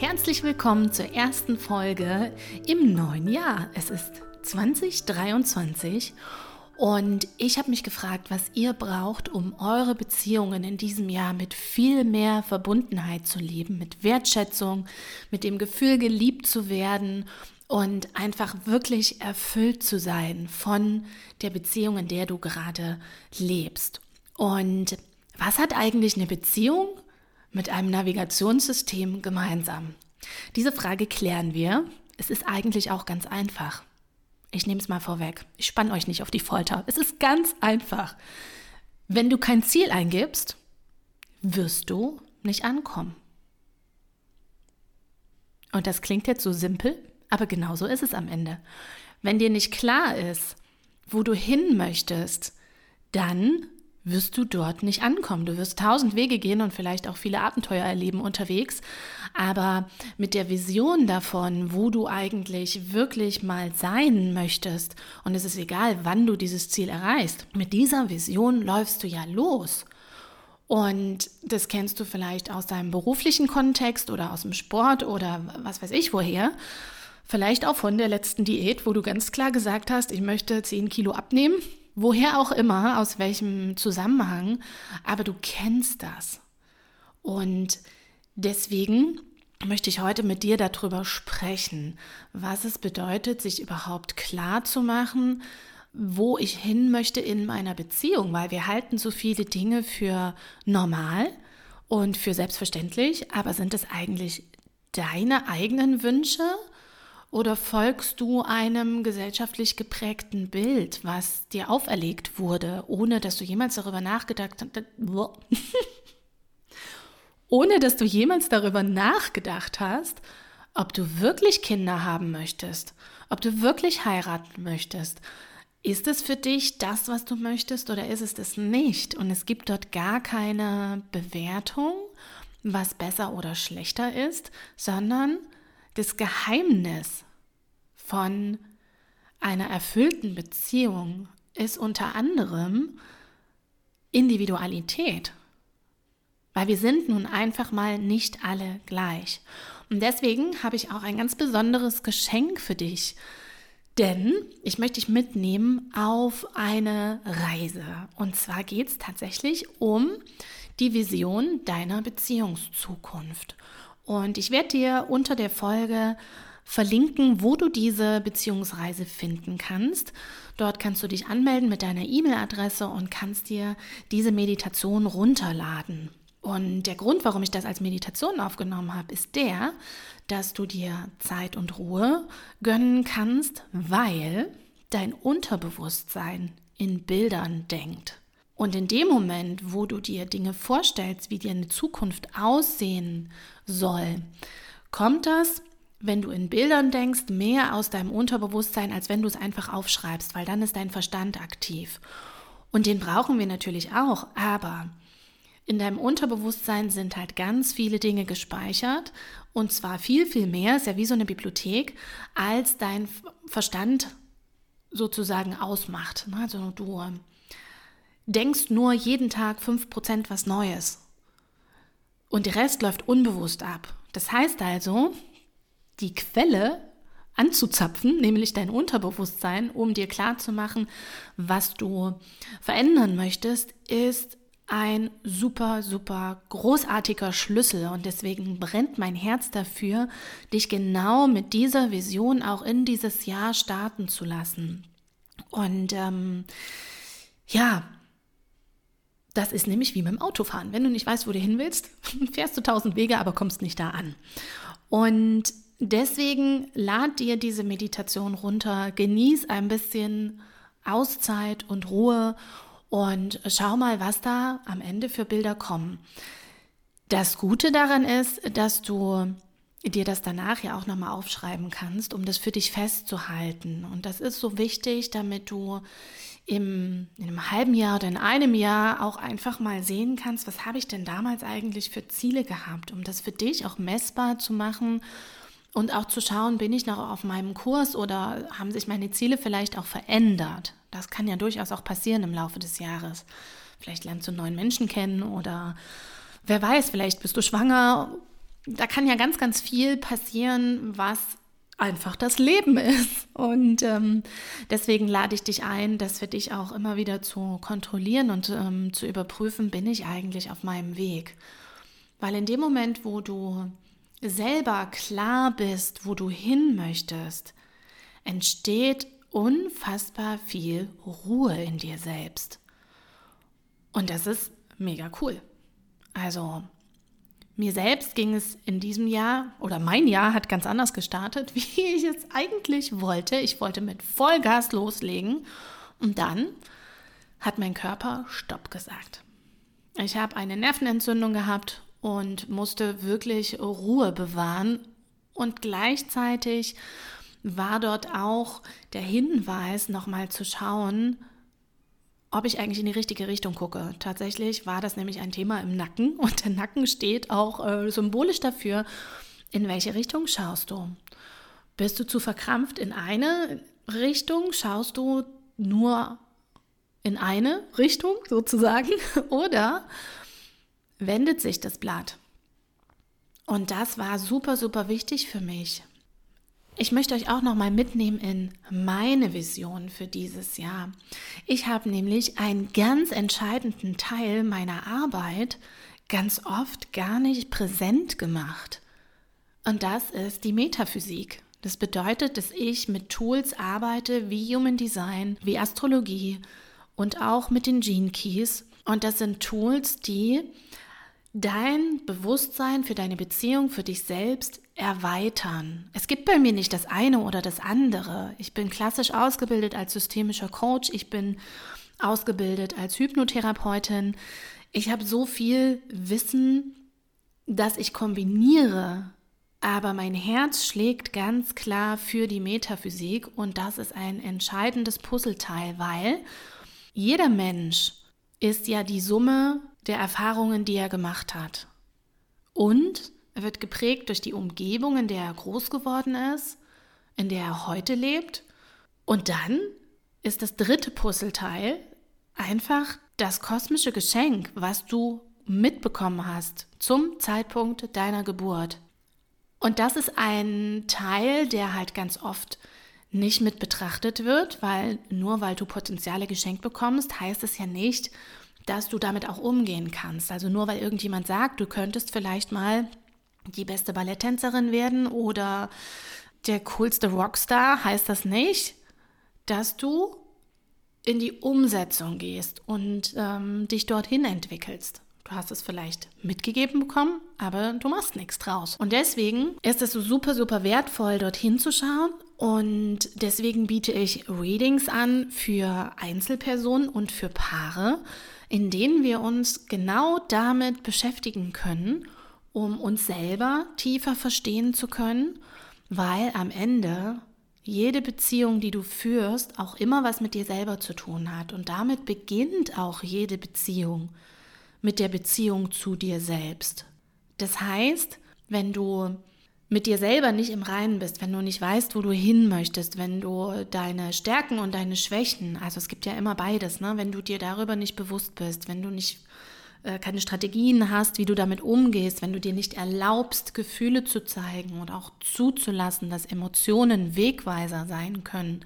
Herzlich willkommen zur ersten Folge im neuen Jahr. Es ist 2023 und ich habe mich gefragt, was ihr braucht, um eure Beziehungen in diesem Jahr mit viel mehr Verbundenheit zu leben, mit Wertschätzung, mit dem Gefühl, geliebt zu werden und einfach wirklich erfüllt zu sein von der Beziehung, in der du gerade lebst. Und was hat eigentlich eine Beziehung mit einem Navigationssystem gemeinsam? Diese Frage klären wir. Es ist eigentlich auch ganz einfach. Ich nehme es mal vorweg. Ich spanne euch nicht auf die Folter. Es ist ganz einfach. Wenn du kein Ziel eingibst, wirst du nicht ankommen. Und das klingt jetzt so simpel, aber genau so ist es am Ende. Wenn dir nicht klar ist, wo du hin möchtest, dann wirst du dort nicht ankommen. Du wirst 1000 Wege gehen und vielleicht auch viele Abenteuer erleben unterwegs, aber mit der Vision davon, wo du eigentlich wirklich mal sein möchtest, und es ist egal, wann du dieses Ziel erreichst, mit dieser Vision läufst du ja los. Und das kennst du vielleicht aus deinem beruflichen Kontext oder aus dem Sport oder was weiß ich woher. Vielleicht auch von der letzten Diät, wo du ganz klar gesagt hast, ich möchte 10 Kilo abnehmen. Woher auch immer, aus welchem Zusammenhang, aber du kennst das. Und deswegen möchte ich heute mit dir darüber sprechen, was es bedeutet, sich überhaupt klar zu machen, wo ich hin möchte in meiner Beziehung, weil wir halten so viele Dinge für normal und für selbstverständlich, aber sind es eigentlich deine eigenen Wünsche? Oder folgst du einem gesellschaftlich geprägten Bild, was dir auferlegt wurde, ohne dass du jemals darüber nachgedacht hast, ob du wirklich Kinder haben möchtest, ob du wirklich heiraten möchtest? Ist es für dich das, was du möchtest, oder ist es das nicht? Und es gibt dort gar keine Bewertung, was besser oder schlechter ist, sondern das Geheimnis von einer erfüllten Beziehung ist unter anderem Individualität. Weil wir sind nun einfach mal nicht alle gleich. Und deswegen habe ich auch ein ganz besonderes Geschenk für dich. Denn ich möchte dich mitnehmen auf eine Reise. Und zwar geht es tatsächlich um die Vision deiner Beziehungszukunft. Und ich werde dir unter der Folge verlinken, wo du diese Beziehungsreise finden kannst. Dort kannst du dich anmelden mit deiner E-Mail-Adresse und kannst dir diese Meditation runterladen. Und der Grund, warum ich das als Meditation aufgenommen habe, ist der, dass du dir Zeit und Ruhe gönnen kannst, weil dein Unterbewusstsein in Bildern denkt. Und in dem Moment, wo du dir Dinge vorstellst, wie dir eine Zukunft aussehen soll, kommt das, wenn du in Bildern denkst, mehr aus deinem Unterbewusstsein, als wenn du es einfach aufschreibst, weil dann ist dein Verstand aktiv. Und den brauchen wir natürlich auch, aber in deinem Unterbewusstsein sind halt ganz viele Dinge gespeichert, und zwar viel, viel mehr, ist ja wie so eine Bibliothek, als dein Verstand sozusagen ausmacht. Also du denkst nur jeden Tag 5% was Neues und der Rest läuft unbewusst ab. Das heißt also, die Quelle anzuzapfen, nämlich dein Unterbewusstsein, um dir klarzumachen, was du verändern möchtest, ist ein super, super großartiger Schlüssel. Und deswegen brennt mein Herz dafür, dich genau mit dieser Vision auch in dieses Jahr starten zu lassen. Und das ist nämlich wie mit dem Autofahren. Wenn du nicht weißt, wo du hin willst, fährst du 1000 Wege, aber kommst nicht da an. Und deswegen lad dir diese Meditation runter, genieß ein bisschen Auszeit und Ruhe und schau mal, was da am Ende für Bilder kommen. Das Gute daran ist, dass du dir das danach ja auch nochmal aufschreiben kannst, um das für dich festzuhalten. Und das ist so wichtig, damit du in einem halben Jahr oder in einem Jahr auch einfach mal sehen kannst, was habe ich denn damals eigentlich für Ziele gehabt, um das für dich auch messbar zu machen und auch zu schauen, bin ich noch auf meinem Kurs oder haben sich meine Ziele vielleicht auch verändert. Das kann ja durchaus auch passieren im Laufe des Jahres. Vielleicht lernst du einen neuen Menschen kennen oder wer weiß, vielleicht bist du schwanger da kann ja ganz, ganz viel passieren, was einfach das Leben ist. Und deswegen lade ich dich ein, das für dich auch immer wieder zu kontrollieren und zu überprüfen, bin ich eigentlich auf meinem Weg? Weil in dem Moment, wo du selber klar bist, wo du hin möchtest, entsteht unfassbar viel Ruhe in dir selbst. Und das ist mega cool. Also mir selbst ging es in diesem Jahr, oder mein Jahr hat ganz anders gestartet, wie ich es eigentlich wollte. Ich wollte mit Vollgas loslegen und dann hat mein Körper Stopp gesagt. Ich habe eine Nervenentzündung gehabt und musste wirklich Ruhe bewahren und gleichzeitig war dort auch der Hinweis, nochmal zu schauen, ob ich eigentlich in die richtige Richtung gucke. Tatsächlich war das nämlich ein Thema im Nacken und der Nacken steht auch symbolisch dafür, in welche Richtung schaust du. Bist du zu verkrampft in eine Richtung, schaust du nur in eine Richtung sozusagen oder wendet sich das Blatt? Und das war super, super wichtig für mich. Ich möchte euch auch nochmal mitnehmen in meine Vision für dieses Jahr. Ich habe nämlich einen ganz entscheidenden Teil meiner Arbeit ganz oft gar nicht präsent gemacht. Und das ist die Metaphysik. Das bedeutet, dass ich mit Tools arbeite wie Human Design, wie Astrologie und auch mit den Gene Keys. Und das sind Tools, die dein Bewusstsein für deine Beziehung, für dich selbst erweitern. Es gibt bei mir nicht das eine oder das andere. Ich bin klassisch ausgebildet als systemischer Coach. Ich bin ausgebildet als Hypnotherapeutin. Ich habe so viel Wissen, das ich kombiniere. Aber mein Herz schlägt ganz klar für die Metaphysik und das ist ein entscheidendes Puzzleteil, weil jeder Mensch ist ja die Summe der Erfahrungen, die er gemacht hat. Und er wird geprägt durch die Umgebung, in der er groß geworden ist, in der er heute lebt. Und dann ist das dritte Puzzleteil einfach das kosmische Geschenk, was du mitbekommen hast zum Zeitpunkt deiner Geburt. Und das ist ein Teil, der halt ganz oft nicht mit betrachtet wird, weil nur weil du Potenziale geschenkt bekommst, heißt es ja nicht, dass du damit auch umgehen kannst. Also nur weil irgendjemand sagt, du könntest vielleicht mal die beste Balletttänzerin werden oder der coolste Rockstar, heißt das nicht, dass du in die Umsetzung gehst und dich dorthin entwickelst. Du hast es vielleicht mitgegeben bekommen, aber du machst nichts draus. Und deswegen ist es so super, super wertvoll, dorthin zu schauen. Und deswegen biete ich Readings an für Einzelpersonen und für Paare, in denen wir uns genau damit beschäftigen können, um uns selber tiefer verstehen zu können, weil am Ende jede Beziehung, die du führst, auch immer was mit dir selber zu tun hat. Und damit beginnt auch jede Beziehung mit der Beziehung zu dir selbst. Das heißt, wenn du mit dir selber nicht im Reinen bist, wenn du nicht weißt, wo du hin möchtest, wenn du deine Stärken und deine Schwächen, also es gibt ja immer beides, ne? Wenn du dir darüber nicht bewusst bist, wenn du nicht keine Strategien hast, wie du damit umgehst, wenn du dir nicht erlaubst, Gefühle zu zeigen und auch zuzulassen, dass Emotionen Wegweiser sein können,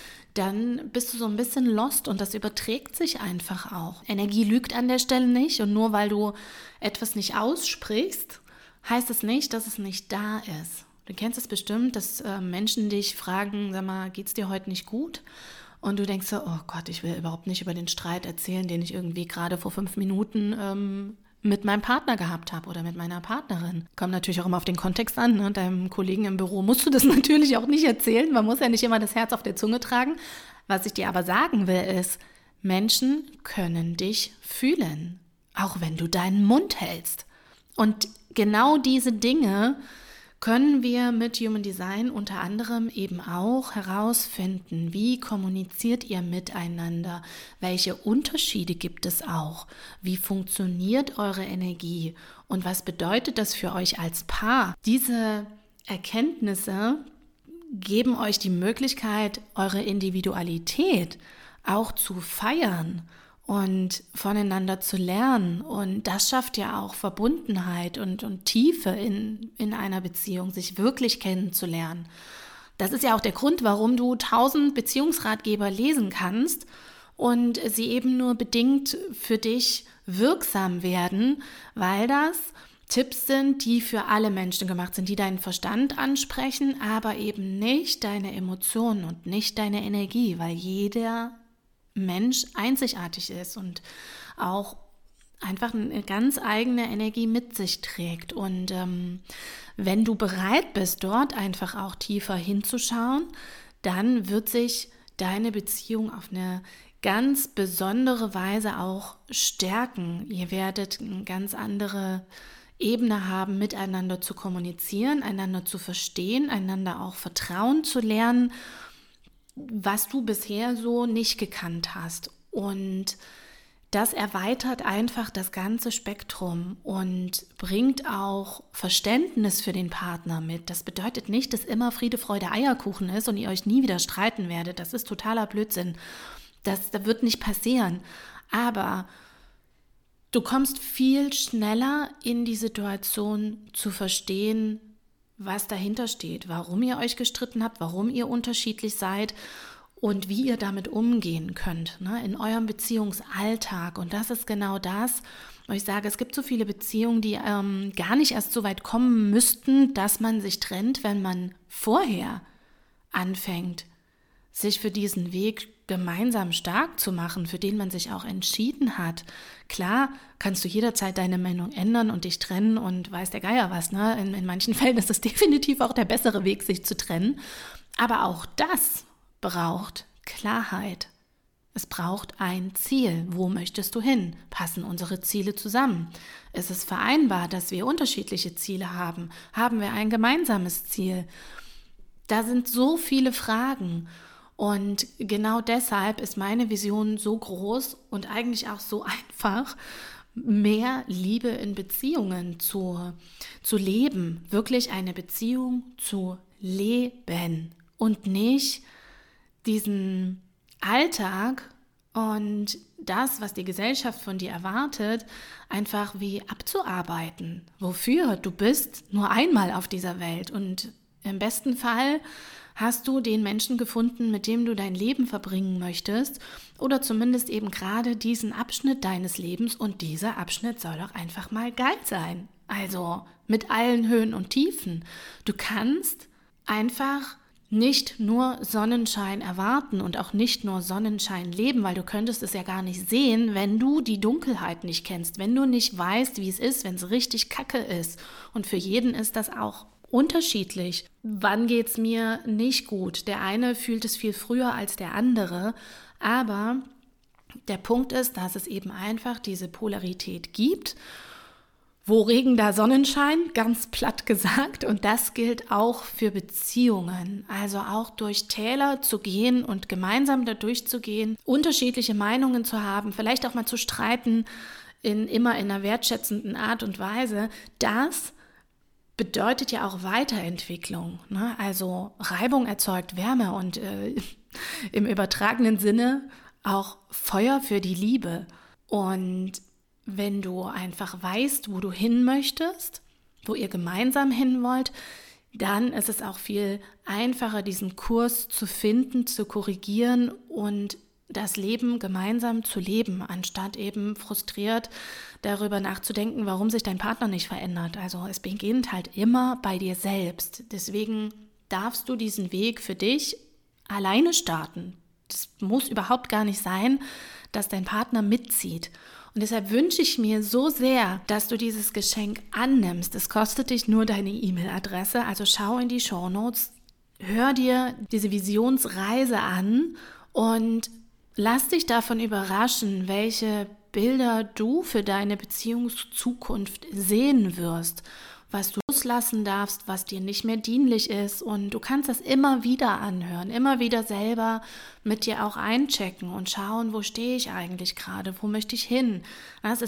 dann bist du so ein bisschen lost und das überträgt sich einfach auch. Energie lügt an der Stelle nicht und nur weil du etwas nicht aussprichst, heißt es nicht, dass es nicht da ist. Du kennst es bestimmt, dass Menschen dich fragen, sag mal, geht's dir heute nicht gut? Und du denkst so, oh Gott, ich will überhaupt nicht über den Streit erzählen, den ich irgendwie gerade vor 5 Minuten mit meinem Partner gehabt habe oder mit meiner Partnerin. Kommt natürlich auch immer auf den Kontext an. Ne? Deinem Kollegen im Büro musst du das natürlich auch nicht erzählen. Man muss ja nicht immer das Herz auf der Zunge tragen. Was ich dir aber sagen will ist, Menschen können dich fühlen, auch wenn du deinen Mund hältst. Und genau diese Dinge können wir mit Human Design unter anderem eben auch herausfinden. Wie kommuniziert ihr miteinander? Welche Unterschiede gibt es auch? Wie funktioniert eure Energie? Und was bedeutet das für euch als Paar? Diese Erkenntnisse geben euch die Möglichkeit, eure Individualität auch zu feiern und voneinander zu lernen. Und das schafft ja auch Verbundenheit und Tiefe in einer Beziehung, sich wirklich kennenzulernen. Das ist ja auch der Grund, warum du 1000 Beziehungsratgeber lesen kannst und sie eben nur bedingt für dich wirksam werden, weil das Tipps sind, die für alle Menschen gemacht sind, die deinen Verstand ansprechen, aber eben nicht deine Emotionen und nicht deine Energie, weil jeder Mensch einzigartig ist und auch einfach eine ganz eigene Energie mit sich trägt. Und wenn du bereit bist, dort einfach auch tiefer hinzuschauen, dann wird sich deine Beziehung auf eine ganz besondere Weise auch stärken. Ihr werdet eine ganz andere Ebene haben, miteinander zu kommunizieren, einander zu verstehen, einander auch Vertrauen zu lernen, was du bisher so nicht gekannt hast. Und das erweitert einfach das ganze Spektrum und bringt auch Verständnis für den Partner mit. Das bedeutet nicht, dass immer Friede, Freude, Eierkuchen ist und ihr euch nie wieder streiten werdet. Das ist totaler Blödsinn. Das wird nicht passieren. Aber du kommst viel schneller in die Situation zu verstehen, was dahinter steht, warum ihr euch gestritten habt, warum ihr unterschiedlich seid und wie ihr damit umgehen könnt, ne, in eurem Beziehungsalltag. Und das ist genau das, wo ich sage, es gibt so viele Beziehungen, die gar nicht erst so weit kommen müssten, dass man sich trennt, wenn man vorher anfängt, sich für diesen Weg gemeinsam stark zu machen, für den man sich auch entschieden hat. Klar kannst du jederzeit deine Meinung ändern und dich trennen und weiß der Geier was. Ne? In manchen Fällen ist es definitiv auch der bessere Weg, sich zu trennen. Aber auch das braucht Klarheit. Es braucht ein Ziel. Wo möchtest du hin? Passen unsere Ziele zusammen? Ist es vereinbar, dass wir unterschiedliche Ziele haben? Haben wir ein gemeinsames Ziel? Da sind so viele Fragen. Und genau deshalb ist meine Vision so groß und eigentlich auch so einfach, mehr Liebe in Beziehungen zu leben. Wirklich eine Beziehung zu leben und nicht diesen Alltag und das, was die Gesellschaft von dir erwartet, einfach wie abzuarbeiten. Wofür? Du bist nur einmal auf dieser Welt und im besten Fall hast du den Menschen gefunden, mit dem du dein Leben verbringen möchtest oder zumindest eben gerade diesen Abschnitt deines Lebens und dieser Abschnitt soll doch einfach mal geil sein. Also mit allen Höhen und Tiefen. Du kannst einfach nicht nur Sonnenschein erwarten und auch nicht nur Sonnenschein leben, weil du könntest es ja gar nicht sehen, wenn du die Dunkelheit nicht kennst, wenn du nicht weißt, wie es ist, wenn es richtig kacke ist. Und für jeden ist das auch unterschiedlich. Wann geht's mir nicht gut? Der eine fühlt es viel früher als der andere, aber der Punkt ist, dass es eben einfach diese Polarität gibt. Wo Regen, da Sonnenschein, ganz platt gesagt. Und das gilt auch für Beziehungen. Also auch durch Täler zu gehen und gemeinsam da durchzugehen, unterschiedliche Meinungen zu haben, vielleicht auch mal zu streiten, immer in einer wertschätzenden Art und Weise. Das bedeutet ja auch Weiterentwicklung. Ne? Also Reibung erzeugt Wärme und im übertragenen Sinne auch Feuer für die Liebe. Und wenn du einfach weißt, wo du hin möchtest, wo ihr gemeinsam hin wollt, dann ist es auch viel einfacher, diesen Kurs zu finden, zu korrigieren und das Leben gemeinsam zu leben, anstatt eben frustriert darüber nachzudenken, warum sich dein Partner nicht verändert. Also es beginnt halt immer bei dir selbst. Deswegen darfst du diesen Weg für dich alleine starten. Das muss überhaupt gar nicht sein, dass dein Partner mitzieht. Und deshalb wünsche ich mir so sehr, dass du dieses Geschenk annimmst. Es kostet dich nur deine E-Mail-Adresse, also schau in die Shownotes, hör dir diese Visionsreise an und lass dich davon überraschen, welche Bilder du für deine Beziehungszukunft sehen wirst, was du loslassen darfst, was dir nicht mehr dienlich ist. Und du kannst das immer wieder anhören, immer wieder selber mit dir auch einchecken und schauen, wo stehe ich eigentlich gerade, wo möchte ich hin. Es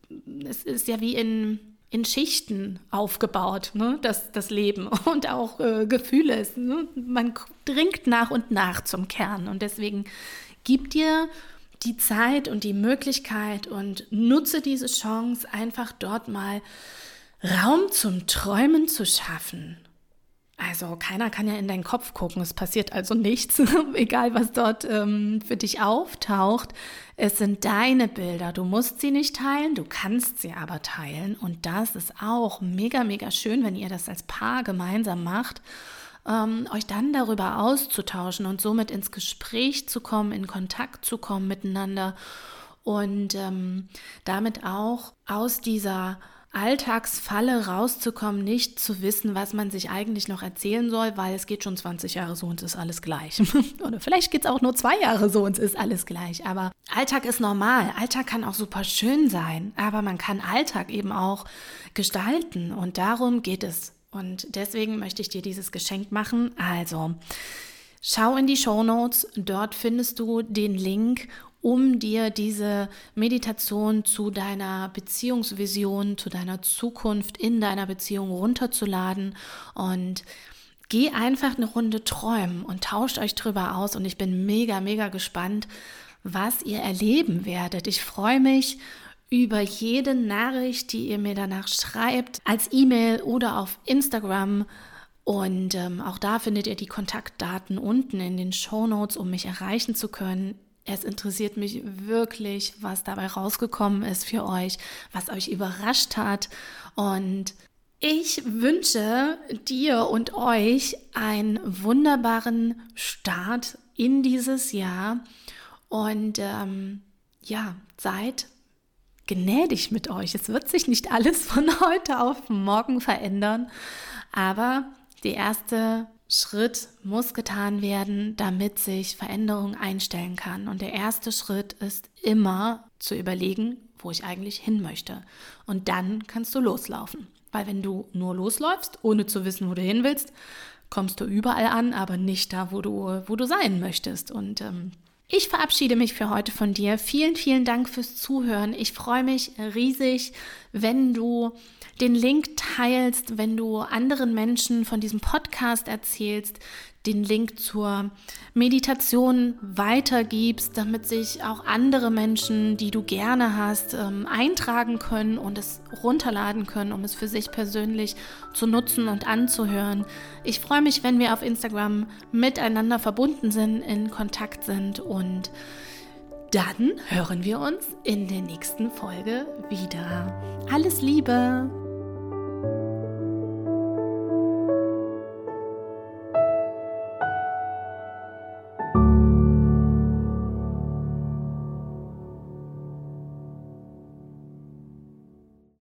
ist ja wie in Schichten aufgebaut, ne? Das Leben und auch Gefühle. Ne? Man dringt nach und nach zum Kern und deswegen gib dir die Zeit und die Möglichkeit und nutze diese Chance, einfach dort mal Raum zum Träumen zu schaffen. Also keiner kann ja in deinen Kopf gucken, es passiert also nichts, egal was dort für dich auftaucht. Es sind deine Bilder, du musst sie nicht teilen, du kannst sie aber teilen. Und das ist auch mega, mega schön, wenn ihr das als Paar gemeinsam macht, euch dann darüber auszutauschen und somit ins Gespräch zu kommen, in Kontakt zu kommen miteinander und damit auch aus dieser Alltagsfalle rauszukommen, nicht zu wissen, was man sich eigentlich noch erzählen soll, weil es geht schon 20 Jahre so und es ist alles gleich. Oder vielleicht geht es auch nur 2 Jahre so und es ist alles gleich. Aber Alltag ist normal. Alltag kann auch super schön sein, aber man kann Alltag eben auch gestalten und darum geht es. Und deswegen möchte ich dir dieses Geschenk machen. Also, schau in die Shownotes, dort findest du den Link, um dir diese Meditation zu deiner Beziehungsvision, zu deiner Zukunft in deiner Beziehung runterzuladen und geh einfach eine Runde träumen und tauscht euch drüber aus und ich bin mega, mega gespannt, was ihr erleben werdet. Ich freue mich über jede Nachricht, die ihr mir danach schreibt, als E-Mail oder auf Instagram. Und auch da findet ihr die Kontaktdaten unten in den Shownotes, um mich erreichen zu können. Es interessiert mich wirklich, was dabei rausgekommen ist für euch, was euch überrascht hat. Und ich wünsche dir und euch einen wunderbaren Start in dieses Jahr. Und seid gnädig mit euch. Es wird sich nicht alles von heute auf morgen verändern, aber der erste Schritt muss getan werden, damit sich Veränderung einstellen kann. Und der erste Schritt ist immer zu überlegen, wo ich eigentlich hin möchte. Und dann kannst du loslaufen. Weil wenn du nur losläufst, ohne zu wissen, wo du hin willst, kommst du überall an, aber nicht da, wo du sein möchtest. Und ich verabschiede mich für heute von dir. Vielen, vielen Dank fürs Zuhören. Ich freue mich riesig, wenn du den Link teilst, wenn du anderen Menschen von diesem Podcast erzählst, den Link zur Meditation weitergibst, damit sich auch andere Menschen, die du gerne hast, eintragen können und es runterladen können, um es für sich persönlich zu nutzen und anzuhören. Ich freue mich, wenn wir auf Instagram miteinander verbunden sind, in Kontakt sind und dann hören wir uns in der nächsten Folge wieder. Alles Liebe!